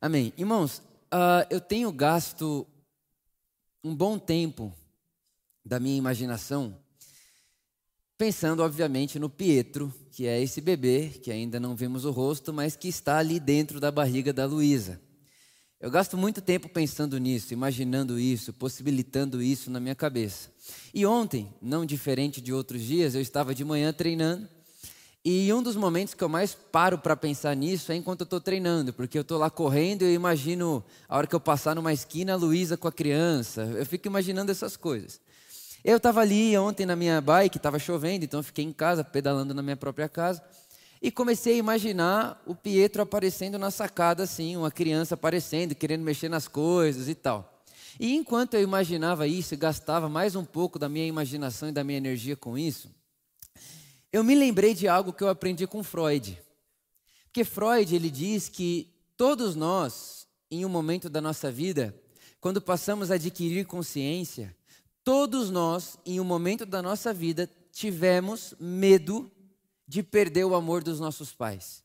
Amém. Irmãos, eu tenho gasto um bom tempo da minha imaginação pensando, obviamente, no Pietro, que é esse bebê, que ainda não vimos o rosto, mas que está ali dentro da barriga da Luísa. Eu gasto muito tempo pensando nisso, imaginando isso, possibilitando isso na minha cabeça. E ontem, não diferente de outros dias, eu estava de manhã treinando, e um dos momentos que eu mais paro para pensar nisso é enquanto eu estou treinando, porque eu estou lá correndo e eu imagino a hora que eu passar numa esquina, a Luísa com a criança, eu fico imaginando essas coisas. Eu estava ali ontem na minha bike, estava chovendo, então eu fiquei em casa, pedalando na minha própria casa, e comecei a imaginar o Pietro aparecendo na sacada assim, uma criança aparecendo, querendo mexer nas coisas e tal. E enquanto eu imaginava isso e gastava mais um pouco da minha imaginação e da minha energia com isso, eu me lembrei de algo que eu aprendi com Freud. Porque Freud, ele diz que todos nós, em um momento da nossa vida, quando passamos a adquirir consciência, todos nós, em um momento da nossa vida, tivemos medo de perder o amor dos nossos pais.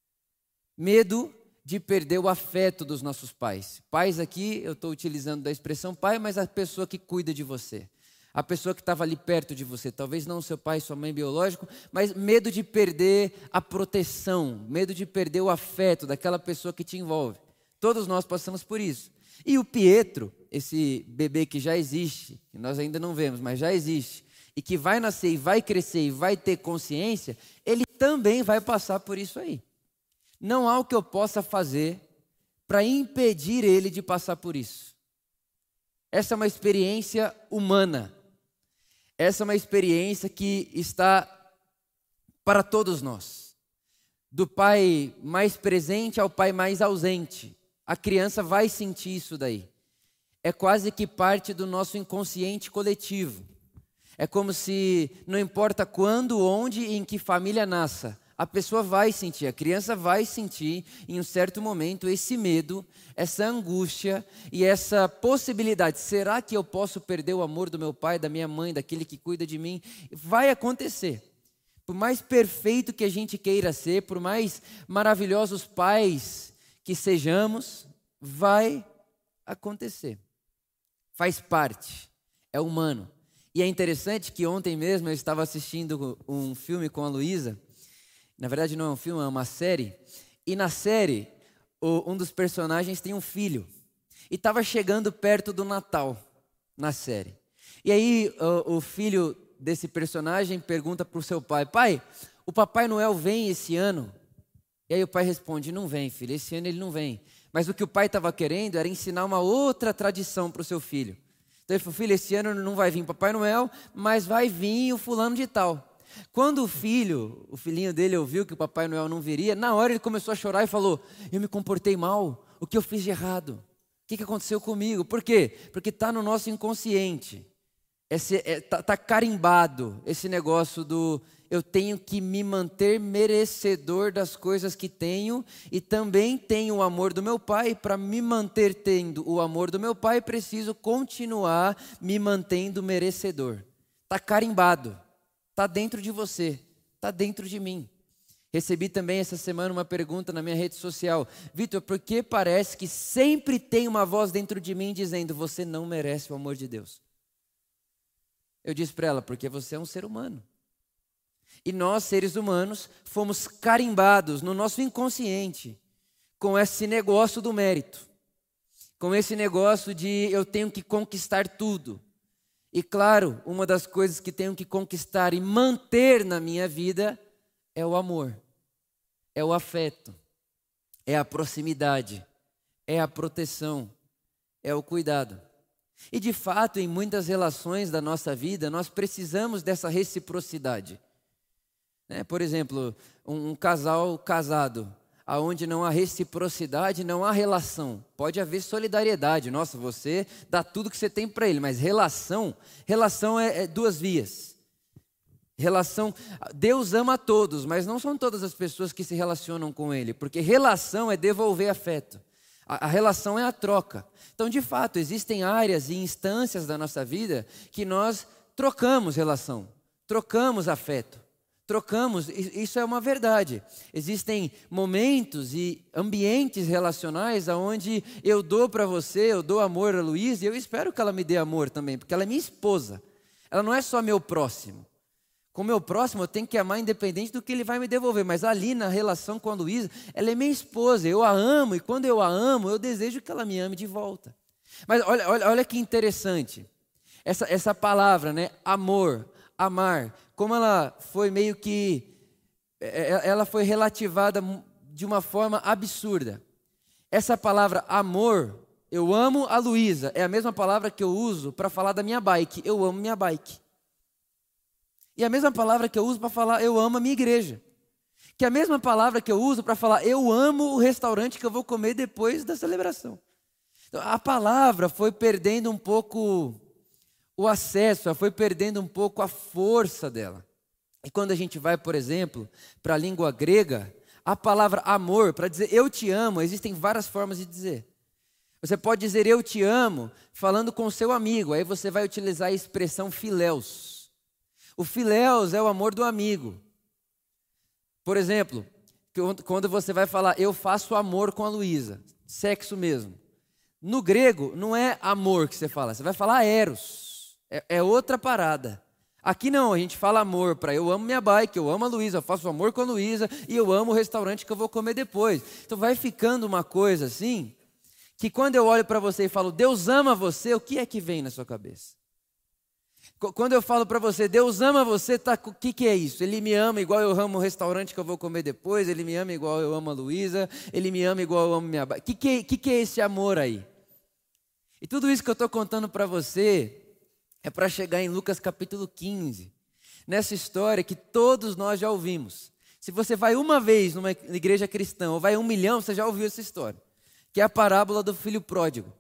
Medo de perder o afeto dos nossos pais. Pais aqui, eu estou utilizando da expressão pai, mas a pessoa que cuida de você. A pessoa que estava ali perto de você, talvez não seu pai, sua mãe biológico, mas medo de perder a proteção, medo de perder o afeto daquela pessoa que te envolve. Todos nós passamos por isso. E o Pietro, esse bebê que já existe, que nós ainda não vemos, mas já existe, e que vai nascer e vai crescer e vai ter consciência, ele também vai passar por isso aí. Não há o que eu possa fazer para impedir ele de passar por isso. Essa é uma experiência humana. Essa é uma experiência que está para todos nós. Do pai mais presente ao pai mais ausente. A criança vai sentir isso daí. É quase que parte do nosso inconsciente coletivo. É como se, não importa quando, onde e em que família nasça, a pessoa vai sentir, a criança vai sentir em um certo momento esse medo, essa angústia e essa possibilidade. Será que eu posso perder o amor do meu pai, da minha mãe, daquele que cuida de mim? Vai acontecer. Por mais perfeito que a gente queira ser, por mais maravilhosos pais que sejamos, vai acontecer. Faz parte, é humano. E é interessante que ontem mesmo eu estava assistindo um filme com a Luísa. Na verdade não é um filme, é uma série. E na série, um dos personagens tem um filho. E estava chegando perto do Natal, na série. E aí o filho desse personagem pergunta para o seu pai: pai, o Papai Noel vem esse ano? E aí o pai responde: não vem, filho, esse ano ele não vem. Mas o que o pai estava querendo era ensinar uma outra tradição para o seu filho. Então ele falou: filho, esse ano não vai vir Papai Noel, mas vai vir o fulano de tal. Quando o filhinho dele ouviu que o Papai Noel não viria, na hora ele começou a chorar e falou: eu me comportei mal, o que eu fiz de errado? O que aconteceu comigo? Por quê? Porque está no nosso inconsciente, está carimbado esse negócio do eu tenho que me manter merecedor das coisas que tenho e também tenho o amor do meu pai. Para me manter tendo o amor do meu pai, preciso continuar me mantendo merecedor. Está carimbado. Está dentro de você, está dentro de mim. Recebi também essa semana uma pergunta na minha rede social: Vitor, por que parece que sempre tem uma voz dentro de mim dizendo você não merece o amor de Deus? Eu disse para ela: porque você é um ser humano. E nós, seres humanos, fomos carimbados no nosso inconsciente com esse negócio do mérito, com esse negócio de eu tenho que conquistar tudo. E claro, uma das coisas que tenho que conquistar e manter na minha vida é o amor, é o afeto, é a proximidade, é a proteção, é o cuidado. E de fato, em muitas relações da nossa vida, nós precisamos dessa reciprocidade. Por exemplo, um casal casado, aonde não há reciprocidade, não há relação. Pode haver solidariedade. Nossa, você dá tudo que você tem para ele, mas relação é duas vias. Relação, Deus ama a todos, mas não são todas as pessoas que se relacionam com Ele, porque relação é devolver afeto. A relação é a troca. Então, de fato, existem áreas e instâncias da nossa vida que nós trocamos relação, trocamos afeto, Trocamos, isso é uma verdade. Existem momentos e ambientes relacionais onde eu dou para você, eu dou amor a Luísa, e eu espero que ela me dê amor também, porque ela é minha esposa. Ela não é só meu próximo. Com o meu próximo eu tenho que amar independente do que ele vai me devolver, mas ali na relação com a Luísa, ela é minha esposa, eu a amo, e quando eu a amo, eu desejo que ela me ame de volta. Mas olha que interessante, essa palavra, né, amor, amar, como ela foi meio que, ela foi relativada de uma forma absurda. Essa palavra amor, eu amo a Luísa, é a mesma palavra que eu uso para falar da minha bike, eu amo minha bike. E a mesma palavra que eu uso para falar eu amo a minha igreja. Que é a mesma palavra que eu uso para falar eu amo o restaurante que eu vou comer depois da celebração. Então, a palavra foi perdendo um pouco o acesso, ela foi perdendo um pouco a força dela. E quando a gente vai, por exemplo, para a língua grega, a palavra amor, para dizer eu te amo, existem várias formas de dizer. Você pode dizer eu te amo falando com o seu amigo, aí você vai utilizar a expressão filéus. O filéus é o amor do amigo. Por exemplo, quando você vai falar eu faço amor com a Luísa, sexo mesmo. No grego não é amor que você fala, você vai falar eros, é outra parada. Aqui não, a gente fala amor para eu amo minha bike, eu amo a Luísa, eu faço amor com a Luísa e eu amo o restaurante que eu vou comer depois. Então vai ficando uma coisa assim, que quando eu olho para você e falo Deus ama você, o que é que vem na sua cabeça? Quando eu falo para você, Deus ama você, tá, o que é isso? Ele me ama igual eu amo o restaurante que eu vou comer depois, ele me ama igual eu amo a Luísa, ele me ama igual eu amo minha bike. O que é esse amor aí? E tudo isso que eu estou contando para você é para chegar em Lucas capítulo 15, nessa história que todos nós já ouvimos. Se você vai uma vez numa igreja cristã, ou vai 1 milhão, você já ouviu essa história, que é a parábola do filho pródigo.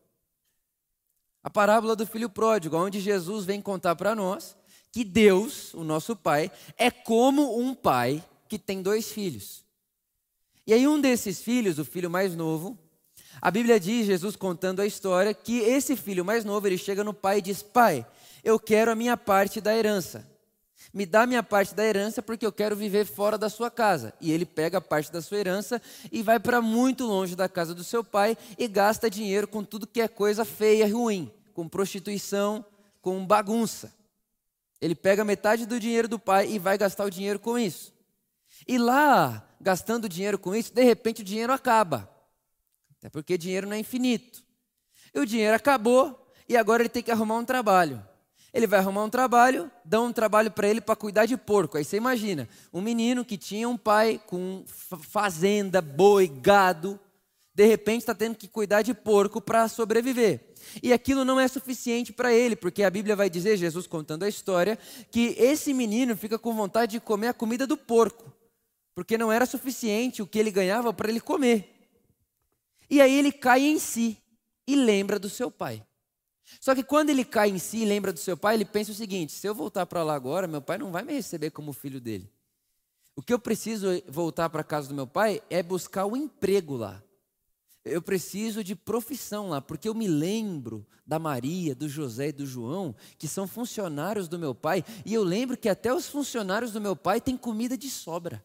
A parábola do filho pródigo, onde Jesus vem contar para nós que Deus, o nosso Pai, é como um pai que tem 2 filhos. E aí um desses filhos, o filho mais novo, a Bíblia diz, Jesus contando a história, que esse filho mais novo, ele chega no pai e diz, pai, eu quero a minha parte da herança. Me dá a minha parte da herança porque eu quero viver fora da sua casa. E ele pega a parte da sua herança e vai para muito longe da casa do seu pai e gasta dinheiro com tudo que é coisa feia e ruim, com prostituição, com bagunça. Ele pega metade do dinheiro do pai e vai gastar o dinheiro com isso. E lá, gastando dinheiro com isso, de repente o dinheiro acaba. Até porque dinheiro não é infinito. E o dinheiro acabou e agora ele tem que arrumar um trabalho. Ele vai arrumar um trabalho, dão um trabalho para ele para cuidar de porco. Aí você imagina, um menino que tinha um pai com fazenda, boi, gado, de repente está tendo que cuidar de porco para sobreviver. E aquilo não é suficiente para ele, porque a Bíblia vai dizer, Jesus contando a história, que esse menino fica com vontade de comer a comida do porco, porque não era suficiente o que ele ganhava para ele comer. E aí ele cai em si e lembra do seu pai. Só que quando ele cai em si e lembra do seu pai, ele pensa o seguinte, se eu voltar para lá agora, meu pai não vai me receber como filho dele. O que eu preciso voltar para a casa do meu pai é buscar um emprego lá. Eu preciso de profissão lá, porque eu me lembro da Maria, do José e do João, que são funcionários do meu pai, e eu lembro que até os funcionários do meu pai têm comida de sobra.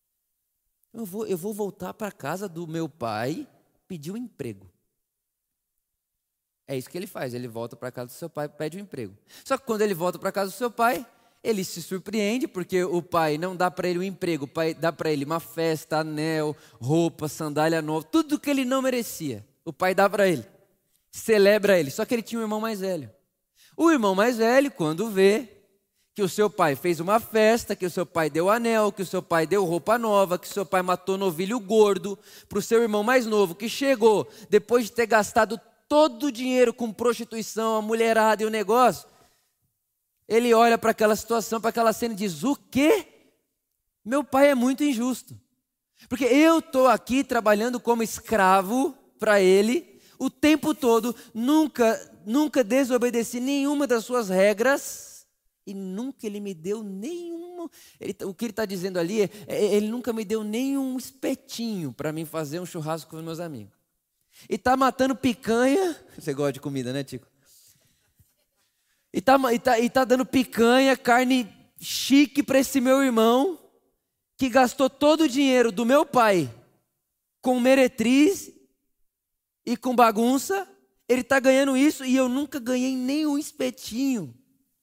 Eu vou voltar para a casa do meu pai, pedir um emprego. É isso que ele faz, ele volta para a casa do seu pai e pede um emprego. Só que quando ele volta para a casa do seu pai, ele se surpreende, porque o pai não dá para ele um emprego, o pai dá para ele uma festa, anel, roupa, sandália nova, tudo que ele não merecia, o pai dá para ele, celebra ele. Só que ele tinha um irmão mais velho. O irmão mais velho, quando vê que o seu pai fez uma festa, que o seu pai deu anel, que o seu pai deu roupa nova, que o seu pai matou novilho gordo, para o seu irmão mais novo, que chegou depois de ter gastado todo o dinheiro com prostituição, a mulherada e o negócio, ele olha para aquela situação, para aquela cena e diz, o quê? Meu pai é muito injusto. Porque eu estou aqui trabalhando como escravo para ele, o tempo todo, nunca desobedeci nenhuma das suas regras, e nunca ele me deu nenhum, o que ele está dizendo ali ele nunca me deu nenhum espetinho para mim fazer um churrasco com os meus amigos. E está matando picanha, você gosta de comida, né, Tico? E tá dando picanha, carne chique para esse meu irmão, que gastou todo o dinheiro do meu pai com meretriz e com bagunça, ele está ganhando isso e eu nunca ganhei nem um espetinho.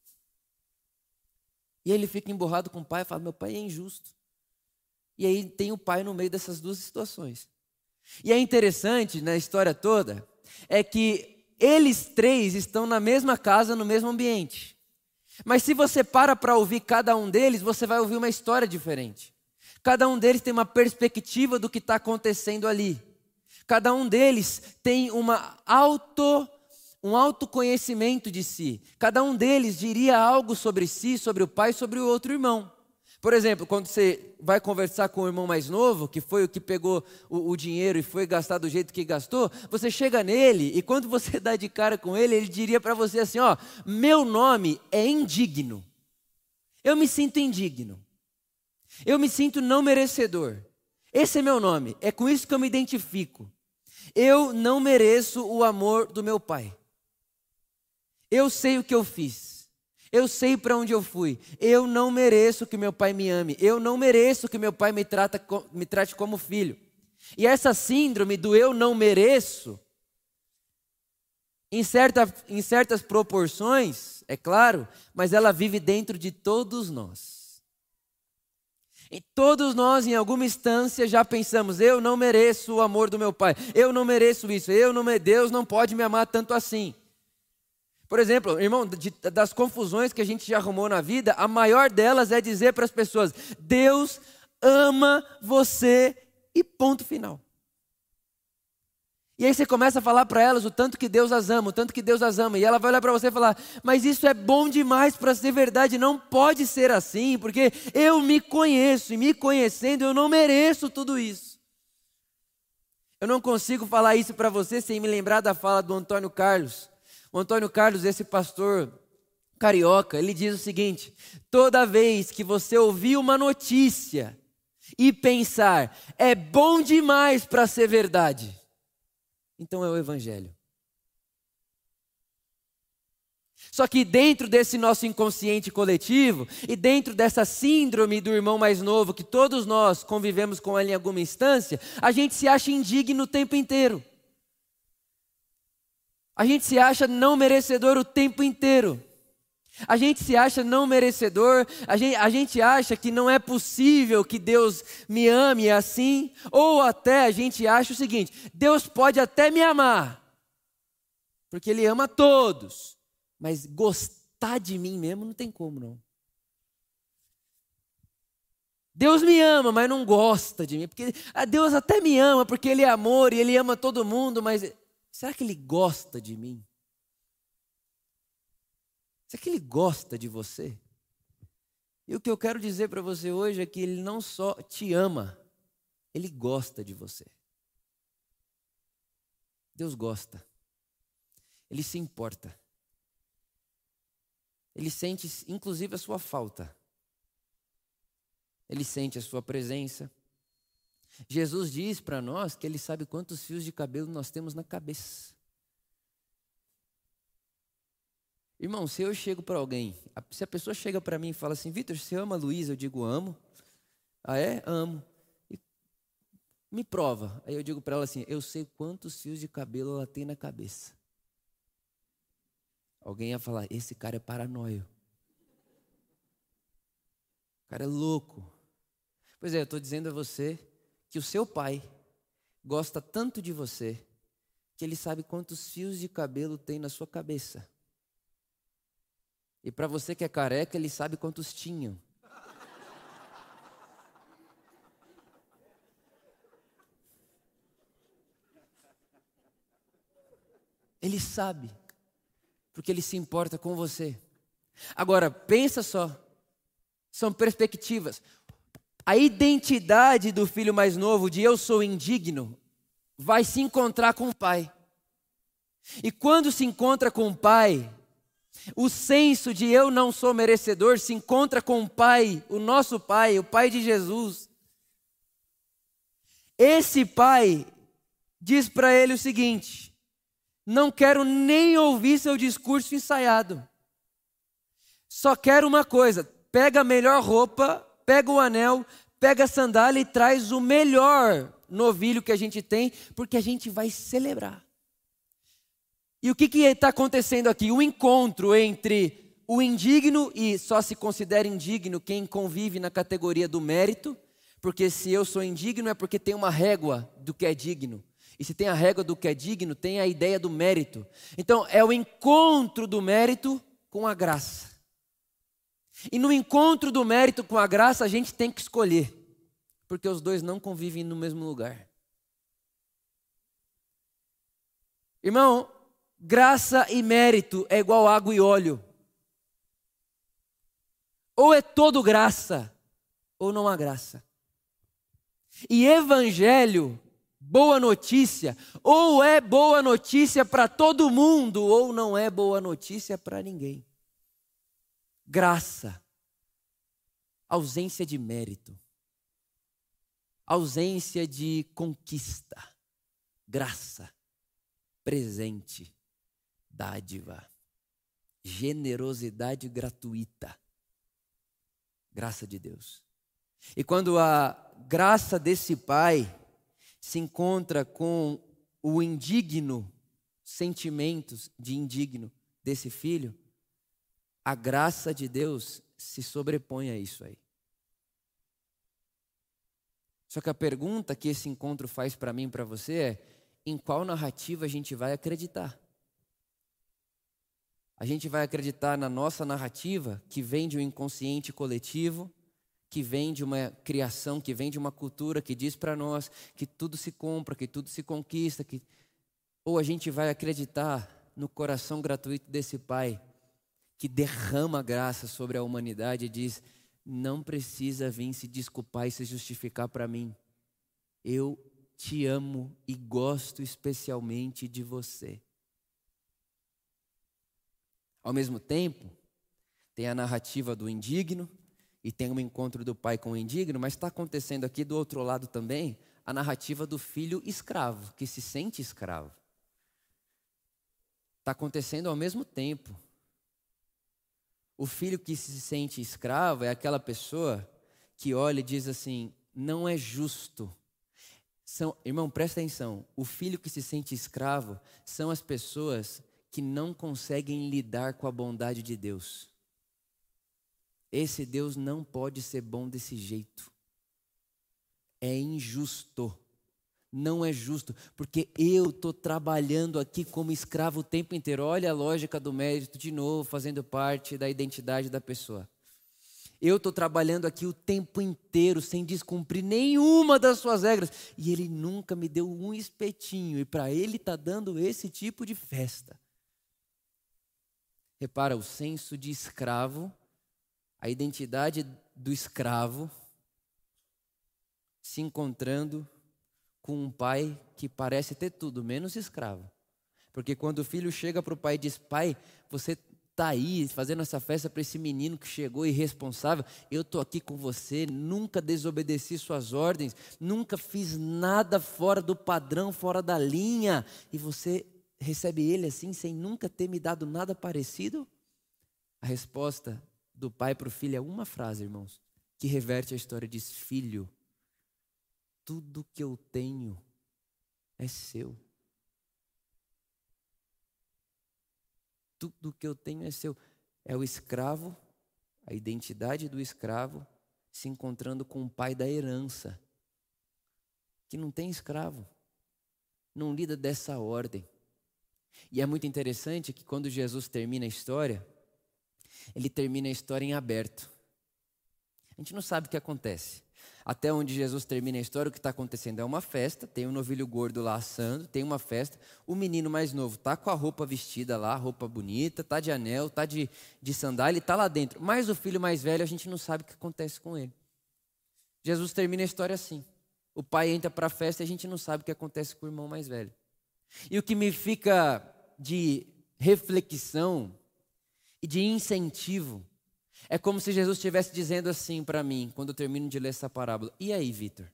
E aí ele fica emburrado com o pai e fala, meu pai é injusto. E aí tem o pai no meio dessas duas situações. E é interessante na história toda, é que eles três estão na mesma casa, no mesmo ambiente. Mas se você para ouvir cada um deles, você vai ouvir uma história diferente. Cada um deles tem uma perspectiva do que está acontecendo ali. Cada um deles tem um autoconhecimento de si. Cada um deles diria algo sobre si, sobre o pai e sobre o outro irmão. Por exemplo, quando você vai conversar com o irmão mais novo, que foi o que pegou o dinheiro e foi gastar do jeito que gastou, você chega nele e quando você dá de cara com ele, ele diria para você assim, ó, meu nome é indigno. Eu me sinto indigno. Eu me sinto não merecedor. Esse é meu nome, é com isso que eu me identifico. Eu não mereço o amor do meu pai. Eu sei o que eu fiz. Eu sei para onde eu fui. Eu não mereço que meu pai me ame. Eu não mereço que meu pai me trate como filho. E essa síndrome do eu não mereço, em certas proporções, é claro, mas ela vive dentro de todos nós. E todos nós, em alguma instância, já pensamos, eu não mereço o amor do meu pai. Eu não mereço isso. Deus não pode me amar tanto assim. Por exemplo, irmão, das confusões que a gente já arrumou na vida, a maior delas é dizer para as pessoas, Deus ama você e ponto final. E aí você começa a falar para elas o tanto que Deus as ama, o tanto que Deus as ama. E ela vai olhar para você e falar, mas isso é bom demais para ser verdade, não pode ser assim, porque eu me conheço e me conhecendo eu não mereço tudo isso. Eu não consigo falar isso para você sem me lembrar da fala do Antônio Carlos. O Antônio Carlos, esse pastor carioca, ele diz o seguinte, toda vez que você ouvir uma notícia e pensar, é bom demais para ser verdade, então é o evangelho. Só que dentro desse nosso inconsciente coletivo e dentro dessa síndrome do irmão mais novo, que todos nós convivemos com ela em alguma instância, a gente se acha indigno o tempo inteiro. A gente se acha não merecedor o tempo inteiro. A gente se acha não merecedor, a gente acha que não é possível que Deus me ame assim, ou até a gente acha o seguinte, Deus pode até me amar, porque Ele ama todos, mas gostar de mim mesmo não tem como não. Deus me ama, mas não gosta de mim, porque Deus até me ama, porque Ele é amor e Ele ama todo mundo, mas será que Ele gosta de mim? Será que Ele gosta de você? E o que eu quero dizer para você hoje é que Ele não só te ama, Ele gosta de você. Deus gosta. Ele se importa. Ele sente, inclusive, a sua falta. Ele sente a sua presença. Jesus diz para nós que Ele sabe quantos fios de cabelo nós temos na cabeça. Irmão, se eu chego para alguém, se a pessoa chega para mim e fala assim, Vitor, você ama a Luísa? Eu digo, amo. Ah é? Amo. E me prova. Aí eu digo para ela assim, eu sei quantos fios de cabelo ela tem na cabeça. Alguém ia falar, esse cara é paranoio. O cara é louco. Pois é, eu estou dizendo a você que o seu pai gosta tanto de você que ele sabe quantos fios de cabelo tem na sua cabeça. E para você que é careca, ele sabe quantos tinham. Ele sabe, porque ele se importa com você. Agora, pensa só, são perspectivas. A identidade do filho mais novo, de eu sou indigno, vai se encontrar com o pai. E quando se encontra com o pai, o senso de eu não sou merecedor se encontra com o pai, o nosso pai, o pai de Jesus. Esse pai diz para ele o seguinte, não quero nem ouvir seu discurso ensaiado. Só quero uma coisa, pega a melhor roupa, pega o anel, pega a sandália e traz o melhor novilho que a gente tem, porque a gente vai celebrar. E o que está acontecendo aqui? O encontro entre o indigno, e só se considera indigno quem convive na categoria do mérito, porque se eu sou indigno é porque tem uma régua do que é digno. E se tem a régua do que é digno, tem a ideia do mérito. Então, é o encontro do mérito com a graça. E no encontro do mérito com a graça, a gente tem que escolher, porque os dois não convivem no mesmo lugar. Irmão, graça e mérito é igual água e óleo. Ou é todo graça, ou não há graça. E evangelho, boa notícia, ou é boa notícia para todo mundo, ou não é boa notícia para ninguém. Graça, ausência de mérito, ausência de conquista, graça, presente, dádiva, generosidade gratuita, graça de Deus. E quando a graça desse pai se encontra com o indigno, sentimentos de indigno desse filho, a graça de Deus se sobrepõe a isso aí. Só que a pergunta que esse encontro faz para mim e para você é: em qual narrativa a gente vai acreditar? A gente vai acreditar na nossa narrativa, que vem de um inconsciente coletivo, que vem de uma criação, que vem de uma cultura que diz para nós que tudo se compra, que tudo se conquista, ou a gente vai acreditar no coração gratuito desse pai, que derrama graça sobre a humanidade e diz: não precisa vir se desculpar e se justificar para mim. Eu te amo e gosto especialmente de você. Ao mesmo tempo, tem a narrativa do indigno e tem um encontro do pai com o indigno, mas está acontecendo aqui do outro lado também a narrativa do filho escravo, que se sente escravo. Está acontecendo ao mesmo tempo. O filho que se sente escravo é aquela pessoa que olha e diz assim: não é justo. Irmão, presta atenção. O filho que se sente escravo são as pessoas que não conseguem lidar com a bondade de Deus. Esse Deus não pode ser bom desse jeito. É injusto. Não é justo, porque eu estou trabalhando aqui como escravo o tempo inteiro. Olha a lógica do mérito de novo, fazendo parte da identidade da pessoa. Eu estou trabalhando aqui o tempo inteiro, sem descumprir nenhuma das suas regras. E ele nunca me deu um espetinho, e para ele está dando esse tipo de festa. Repara, o senso de escravo, a identidade do escravo, se encontrando com um pai que parece ter tudo, menos escravo. Porque quando o filho chega para o pai e diz: pai, você está aí fazendo essa festa para esse menino que chegou irresponsável, eu estou aqui com você, nunca desobedeci suas ordens, nunca fiz nada fora do padrão, fora da linha, e você recebe ele assim, sem nunca ter me dado nada parecido? A resposta do pai para o filho é uma frase, irmãos, que reverte a história. Diz: filho, tudo que eu tenho é seu. Tudo que eu tenho é seu. É o escravo, a identidade do escravo, se encontrando com o pai da herança, que não tem escravo, não lida dessa ordem. E é muito interessante que quando Jesus termina a história, ele termina a história em aberto. A gente não sabe o que acontece. Até onde Jesus termina a história, o que está acontecendo é uma festa, tem um novilho gordo lá assando, tem uma festa, o menino mais novo está com a roupa vestida lá, roupa bonita, está de anel, está de sandália, está lá dentro. Mas o filho mais velho, a gente não sabe o que acontece com ele. Jesus termina a história assim. O pai entra para a festa e a gente não sabe o que acontece com o irmão mais velho. E o que me fica de reflexão e de incentivo é como se Jesus estivesse dizendo assim para mim, quando eu termino de ler essa parábola: e aí, Vitor?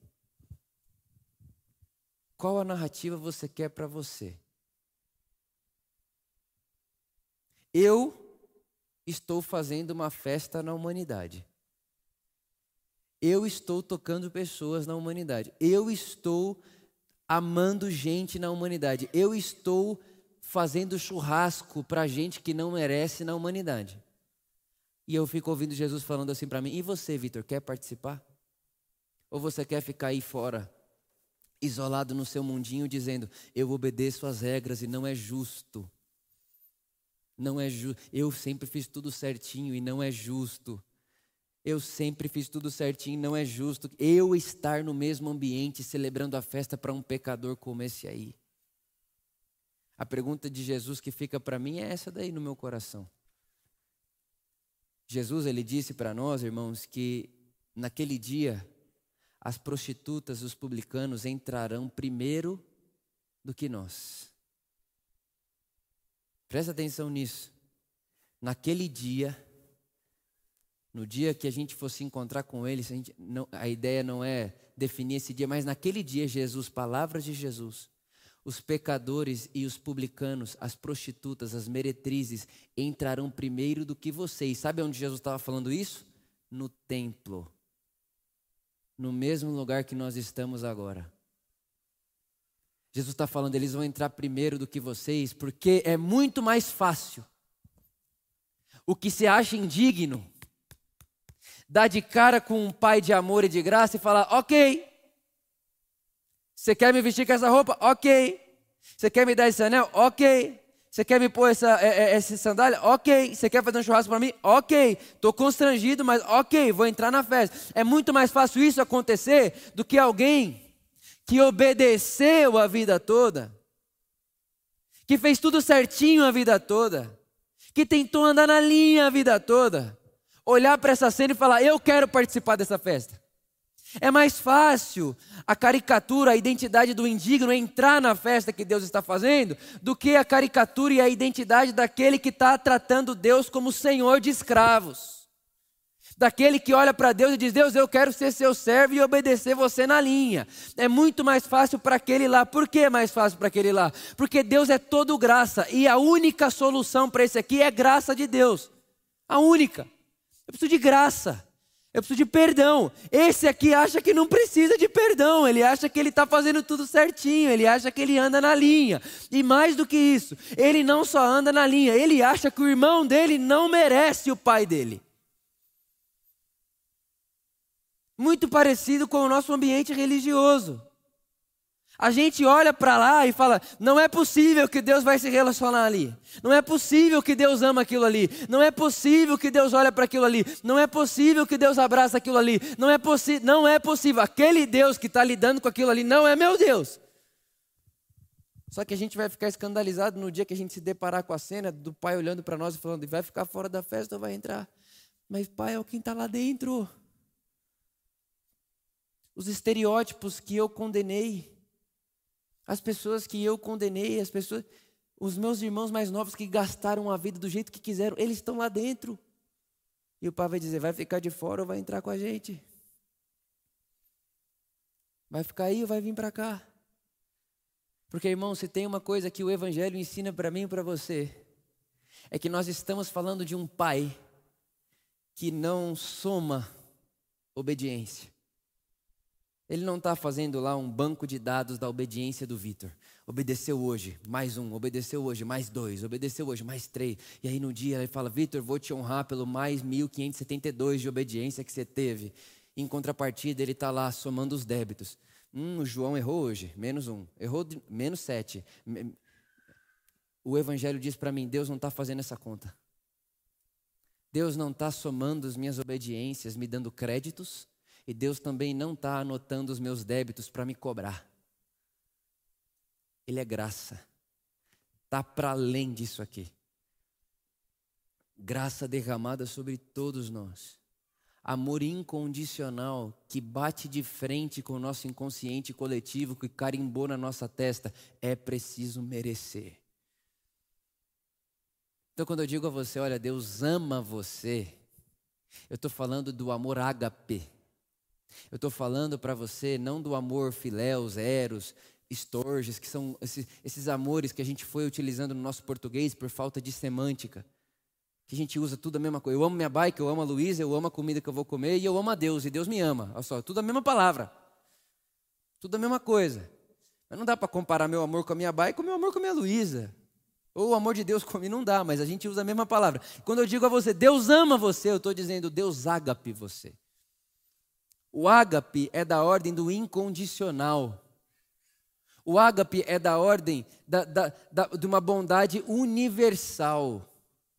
Qual a narrativa você quer para você? Eu estou fazendo uma festa na humanidade. Eu estou tocando pessoas na humanidade. Eu estou amando gente na humanidade. Eu estou fazendo churrasco para gente que não merece na humanidade. E eu fico ouvindo Jesus falando assim para mim: e você, Vitor, quer participar? Ou você quer ficar aí fora, isolado no seu mundinho, dizendo: eu obedeço às regras e não é justo. Não é justo. Eu sempre fiz tudo certinho e não é justo. Eu sempre fiz tudo certinho, não é justo eu estar no mesmo ambiente celebrando a festa para um pecador como esse aí. A pergunta de Jesus que fica para mim é essa daí no meu coração. Jesus, ele disse para nós, irmãos, que naquele dia as prostitutas e os publicanos entrarão primeiro do que nós. Presta atenção nisso. Naquele dia, no dia que a gente fosse encontrar com eles, a ideia não é definir esse dia, mas naquele dia, Jesus, palavras de Jesus, os pecadores e os publicanos, as prostitutas, as meretrizes, entrarão primeiro do que vocês. Sabe onde Jesus estava falando isso? No templo. No mesmo lugar que nós estamos agora. Jesus está falando, eles vão entrar primeiro do que vocês, porque é muito mais fácil o que se acha indigno dar de cara com um pai de amor e de graça e falar: ok, você quer me vestir com essa roupa? Ok. Você quer me dar esse anel? Ok. Você quer me pôr essa sandália? Ok. Você quer fazer um churrasco para mim? Ok. Estou constrangido, mas ok, vou entrar na festa. É muito mais fácil isso acontecer do que alguém que obedeceu a vida toda, que fez tudo certinho a vida toda, que tentou andar na linha a vida toda, olhar para essa cena e falar: eu quero participar dessa festa. É mais fácil a caricatura, a identidade do indigno entrar na festa que Deus está fazendo, do que a caricatura e a identidade daquele que está tratando Deus como senhor de escravos. Daquele que olha para Deus e diz: Deus, eu quero ser seu servo e obedecer você na linha. É muito mais fácil para aquele lá. Por que é mais fácil para aquele lá? Porque Deus é todo graça e a única solução para esse aqui é graça de Deus. A única. Eu preciso de graça. Eu preciso de perdão. Esse aqui acha que não precisa de perdão. Ele acha que ele está fazendo tudo certinho. Ele acha que ele anda na linha. E mais do que isso, ele não só anda na linha, ele acha que o irmão dele não merece o pai dele. Muito parecido com o nosso ambiente religioso. A gente olha para lá e fala: não é possível que Deus vai se relacionar ali. Não é possível que Deus ama aquilo ali. Não é possível que Deus olha para aquilo ali. Não é possível que Deus abraça aquilo ali. Não é possível. Aquele Deus que está lidando com aquilo ali não é meu Deus. Só que a gente vai ficar escandalizado no dia que a gente se deparar com a cena do pai olhando para nós e falando: vai ficar fora da festa ou vai entrar? Mas pai é quem está lá dentro. Os estereótipos que eu condenei, as pessoas que eu condenei, os meus irmãos mais novos que gastaram a vida do jeito que quiseram, eles estão lá dentro. E o pai vai dizer: vai ficar de fora ou vai entrar com a gente? Vai ficar aí ou vai vir para cá? Porque, irmão, se tem uma coisa que o Evangelho ensina para mim e para você, é que nós estamos falando de um pai que não soma obediência. Ele não está fazendo lá um banco de dados da obediência do Vitor. Obedeceu hoje, mais um. Obedeceu hoje, mais dois. Obedeceu hoje, mais três. E aí no dia ele fala: Vitor, vou te honrar pelo mais 1.572 de obediência que você teve. Em contrapartida, ele está lá somando os débitos. O João errou hoje, menos 1. Errou menos 7. O Evangelho diz para mim: Deus não está fazendo essa conta. Deus não está somando as minhas obediências, me dando créditos. E Deus também não está anotando os meus débitos para me cobrar. Ele é graça. Está para além disso aqui. Graça derramada sobre todos nós. Amor incondicional que bate de frente com o nosso inconsciente coletivo que carimbou na nossa testa. É preciso merecer. Então quando eu digo a você: olha, Deus ama você, eu estou falando do amor ágape. Eu estou falando para você não do amor filéus, eros, estorges, que são esses amores que a gente foi utilizando no nosso português por falta de semântica. que a gente usa tudo a mesma coisa. Eu amo minha bike, eu amo a Luísa, eu amo a comida que eu vou comer e eu amo a Deus, e Deus me ama. Olha só, tudo a mesma palavra. Tudo a mesma coisa. Mas não dá para comparar meu amor com a minha bike com o meu amor com a minha Luísa. Ou o amor de Deus comigo, não dá, mas a gente usa a mesma palavra. Quando eu digo a você, Deus ama você, eu estou dizendo, Deus ágape você. O ágape é da ordem do incondicional. O ágape é da ordem de uma bondade universal.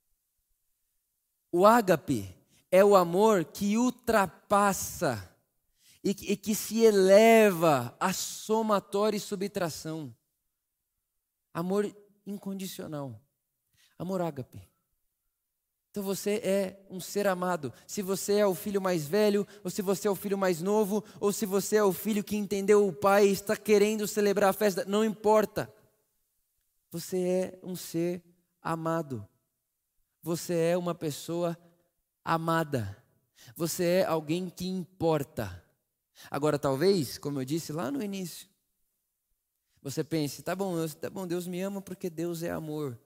O ágape é o amor que ultrapassa e que se eleva à somatória e subtração. Amor incondicional. Amor ágape. Então você é um ser amado. Se você é o filho mais velho, ou se você é o filho mais novo, ou se você é o filho que entendeu o pai e está querendo celebrar a festa, não importa. Você é um ser amado. Você é uma pessoa amada. Você é alguém que importa. Agora, talvez, como eu disse lá no início, você pense, tá bom, Deus me ama porque Deus é amor.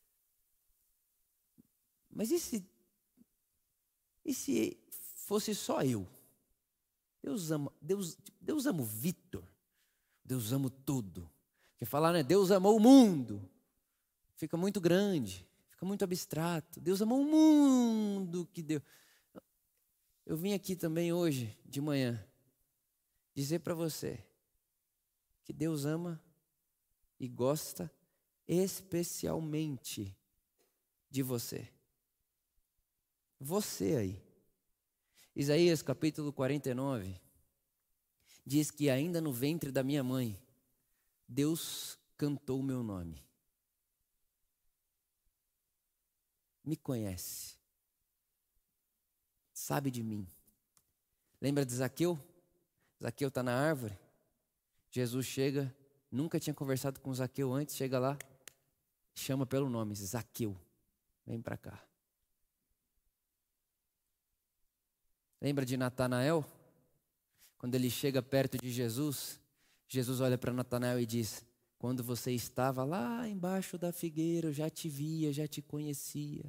Mas e se fosse só eu? Deus ama o Vitor. Deus ama tudo. Porque falar, né? Deus amou o mundo. Fica muito grande, fica muito abstrato. Deus amou o mundo que deu. Eu vim aqui também hoje, de manhã, dizer para você que Deus ama e gosta especialmente de você. Você aí. Isaías capítulo 49 diz que ainda no ventre da minha mãe, Deus cantou o meu nome. Me conhece. Sabe de mim. Lembra de Zaqueu? Zaqueu está na árvore. Jesus chega, nunca tinha conversado com Zaqueu antes, chega lá, chama pelo nome, Zaqueu, vem para cá. Lembra de Natanael? Quando ele chega perto de Jesus, Jesus olha para Natanael e diz, quando você estava lá embaixo da figueira, eu já te via, já te conhecia.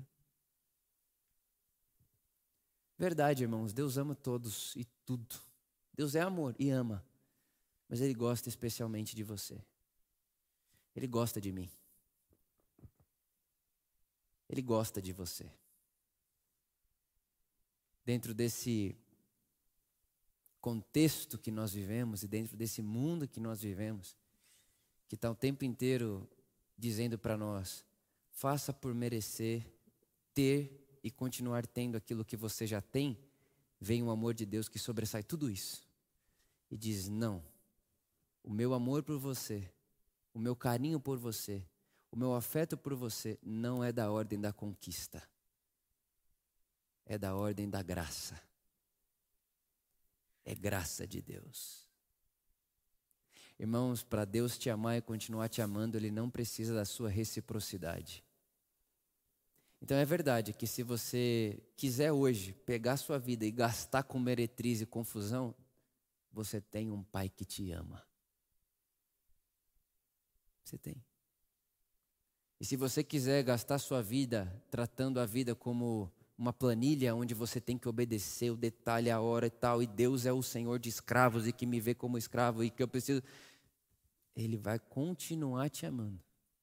Verdade, irmãos, Deus ama todos e tudo. Deus é amor e ama, mas Ele gosta especialmente de você. Ele gosta de mim. Ele gosta de você. Dentro desse contexto que nós vivemos e dentro desse mundo que nós vivemos, que está o tempo inteiro dizendo para nós, faça por merecer, ter e continuar tendo aquilo que você já tem, vem o amor de Deus que sobressai tudo isso. E diz, não, o meu amor por você, o meu carinho por você, o meu afeto por você não é da ordem da conquista. É da ordem da graça. É graça de Deus. Irmãos, para Deus te amar e continuar te amando, Ele não precisa da sua reciprocidade. Então é verdade que se você quiser hoje pegar sua vida e gastar com meretriz e confusão, você tem um pai que te ama. Você tem. E se você quiser gastar sua vida tratando a vida como uma planilha onde você tem que obedecer o detalhe, a hora e tal, e Deus é o Senhor de escravos e que me vê como escravo e que eu preciso, Ele vai continuar te amando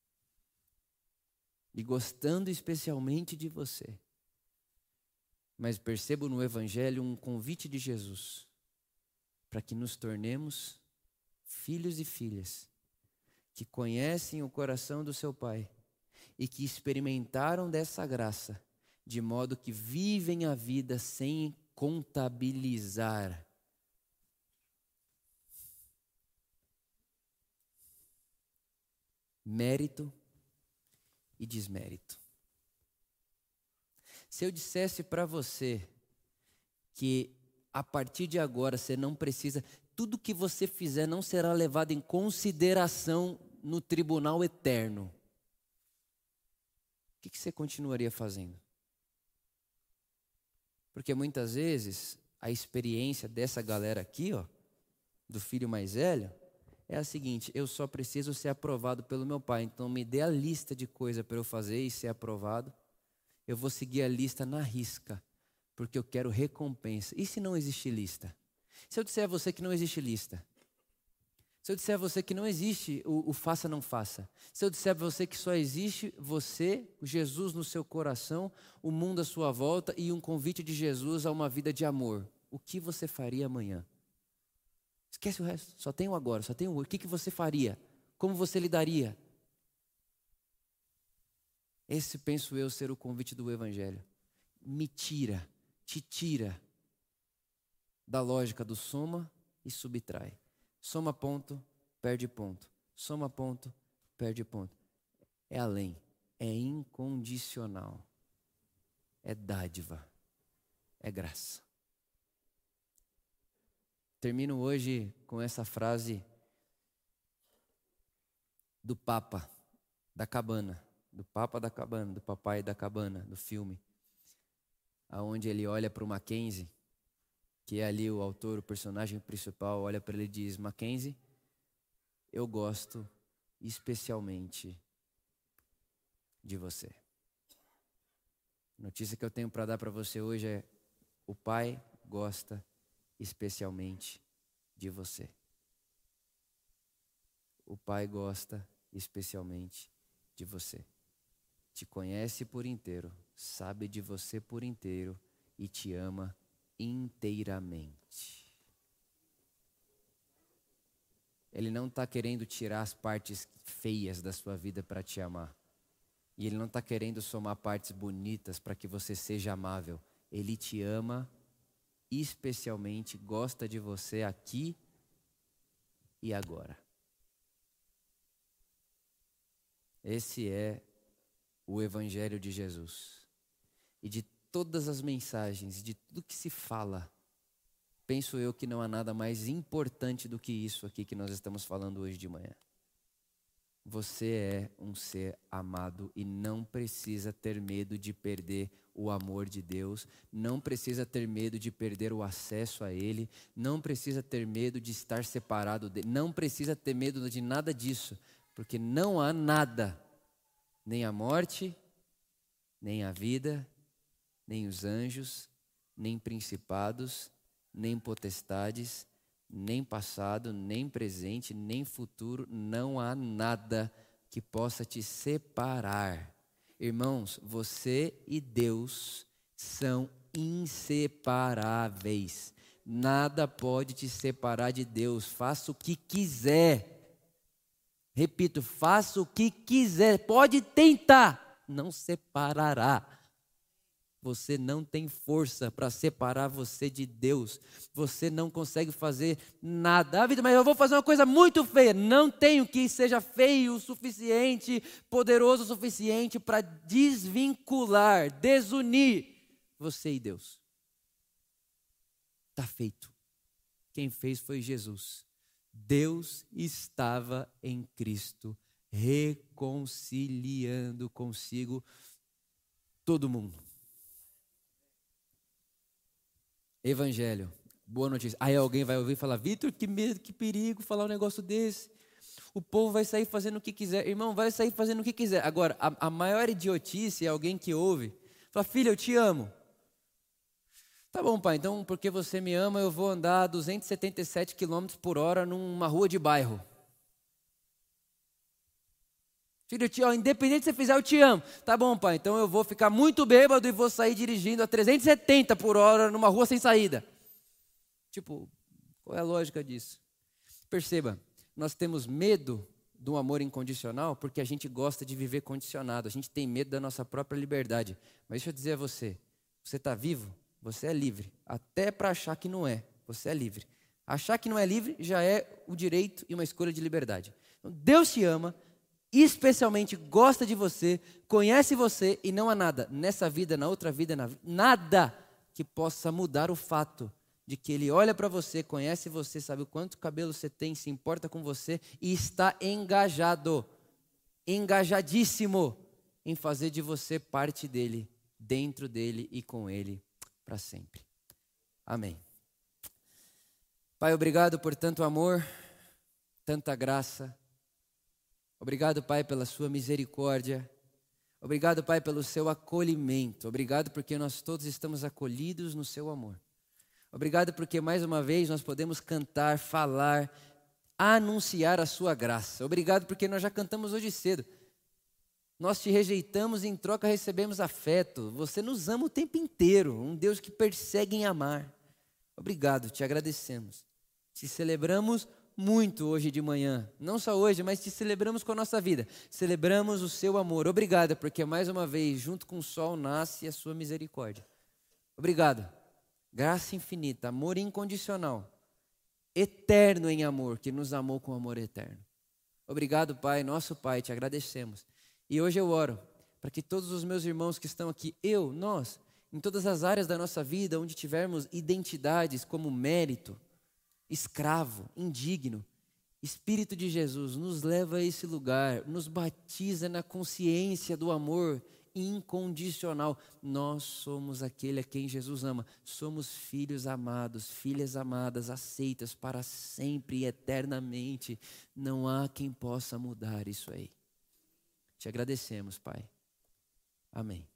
e gostando especialmente de você. Mas percebo no Evangelho um convite de Jesus para que nos tornemos filhos e filhas que conhecem o coração do seu Pai e que experimentaram dessa graça, de modo que vivem a vida sem contabilizar. Mérito e desmérito. Se eu dissesse para você que a partir de agora você não precisa, tudo que você fizer não será levado em consideração no tribunal eterno, o que você continuaria fazendo? Porque muitas vezes a experiência dessa galera aqui, ó, do filho mais velho, é a seguinte: eu só preciso ser aprovado pelo meu pai, então me dê a lista de coisas para eu fazer e ser aprovado. eu vou seguir a lista na risca, porque eu quero recompensa. E se não existe lista? Se eu disser a você que não existe lista? Se eu disser a você que não existe o faça, não faça. Se eu disser a você que só existe você, Jesus no seu coração, o mundo à sua volta e um convite de Jesus a uma vida de amor. O que você faria amanhã? Esquece o resto, só tem o agora, só tem o hoje. O que você faria? Como você lidaria? Esse, penso eu, ser o convite do Evangelho. Te tira da lógica do soma e subtrai. Soma ponto, perde ponto. Soma ponto, perde ponto. É além, é incondicional. É dádiva, é graça. Termino hoje com essa frase do Papa da Cabana, do Papai da Cabana, do filme, aonde ele olha para o Mackenzie, que é ali o autor, o personagem principal, olha para ele e diz: Mackenzie, eu gosto especialmente de você. A notícia que eu tenho para dar para você hoje é: o Pai gosta especialmente de você. O Pai gosta especialmente de você. Te conhece por inteiro, sabe de você por inteiro e te ama inteiramente. Ele não está querendo tirar as partes feias da sua vida para te amar. E Ele não está querendo somar partes bonitas para que você seja amável. Ele te ama especialmente, gosta de você aqui e agora. Esse é o Evangelho de Jesus. E de todas as mensagens, de tudo que se fala, penso eu que não há nada mais importante do que isso aqui que nós estamos falando hoje de manhã. Você é um ser amado e não precisa ter medo de perder o amor de Deus, não precisa ter medo de perder o acesso a Ele, não precisa ter medo de estar separado dele, não precisa ter medo de nada disso, porque não há nada, nem a morte, nem a vida, nem os anjos, nem principados, nem potestades, nem passado, nem presente, nem futuro, não há nada que possa te separar. Irmãos, você e Deus são inseparáveis. Nada pode te separar de Deus. Faça o que quiser. Repito, faça o que quiser. Pode tentar, não separará. Você não tem força para separar você de Deus. Você não consegue fazer nada. Ah, Vitor, mas eu vou fazer uma coisa muito feia. Não tenho que seja feio o suficiente, poderoso o suficiente para desvincular, desunir você e Deus. Está feito. Quem fez foi Jesus. Deus estava em Cristo, reconciliando consigo todo mundo. Evangelho, boa notícia. Aí alguém vai ouvir e falar: Vitor, que medo, que perigo falar um negócio desse. O povo vai sair fazendo o que quiser. Irmão, vai sair fazendo o que quiser. Agora, a maior idiotice é alguém que ouve, fala: filho, eu te amo. Tá bom, pai, então porque você me ama, eu vou andar 277 km por hora numa rua de bairro. Filho, independente se você fizer, eu te amo. Tá bom, pai, então eu vou ficar muito bêbado e vou sair dirigindo a 370 por hora numa rua sem saída. Tipo, qual é a lógica disso? Perceba, nós temos medo do amor incondicional porque a gente gosta de viver condicionado. A gente tem medo da nossa própria liberdade. Mas deixa eu dizer a você, você está vivo, você é livre. Até para achar que não é, você é livre. Achar que não é livre já é o direito e uma escolha de liberdade. Então, Deus te ama, especialmente gosta de você, conhece você e não há nada nessa vida, na outra vida, nada que possa mudar o fato de que Ele olha para você, conhece você, sabe o quanto cabelo você tem, se importa com você e está engajado, engajadíssimo em fazer de você parte dEle, dentro dEle e com Ele para sempre. Amém. Pai, obrigado por tanto amor, tanta graça. Obrigado, Pai, pela sua misericórdia. Obrigado, Pai, pelo seu acolhimento. Obrigado porque nós todos estamos acolhidos no seu amor. Obrigado porque mais uma vez nós podemos cantar, falar, anunciar a sua graça. Obrigado porque nós já cantamos hoje cedo. Nós te rejeitamos e em troca recebemos afeto. Você nos ama o tempo inteiro, um Deus que persegue em amar. Obrigado, te agradecemos. Te celebramos muito hoje de manhã. Não só hoje, mas te celebramos com a nossa vida. Celebramos o seu amor. Obrigado, porque mais uma vez, junto com o sol, nasce a sua misericórdia. Obrigado. Graça infinita, amor incondicional, eterno em amor, que nos amou com amor eterno. Obrigado, Pai, nosso Pai, te agradecemos. E hoje eu oro para que todos os meus irmãos que estão aqui, nós, em todas as áreas da nossa vida, onde tivermos identidades como mérito, escravo, indigno, Espírito de Jesus, nos leva a esse lugar, nos batiza na consciência do amor incondicional. Nós somos aquele a quem Jesus ama. Somos filhos amados, filhas amadas, aceitas para sempre e eternamente. Não há quem possa mudar isso aí. Te agradecemos, Pai. Amém.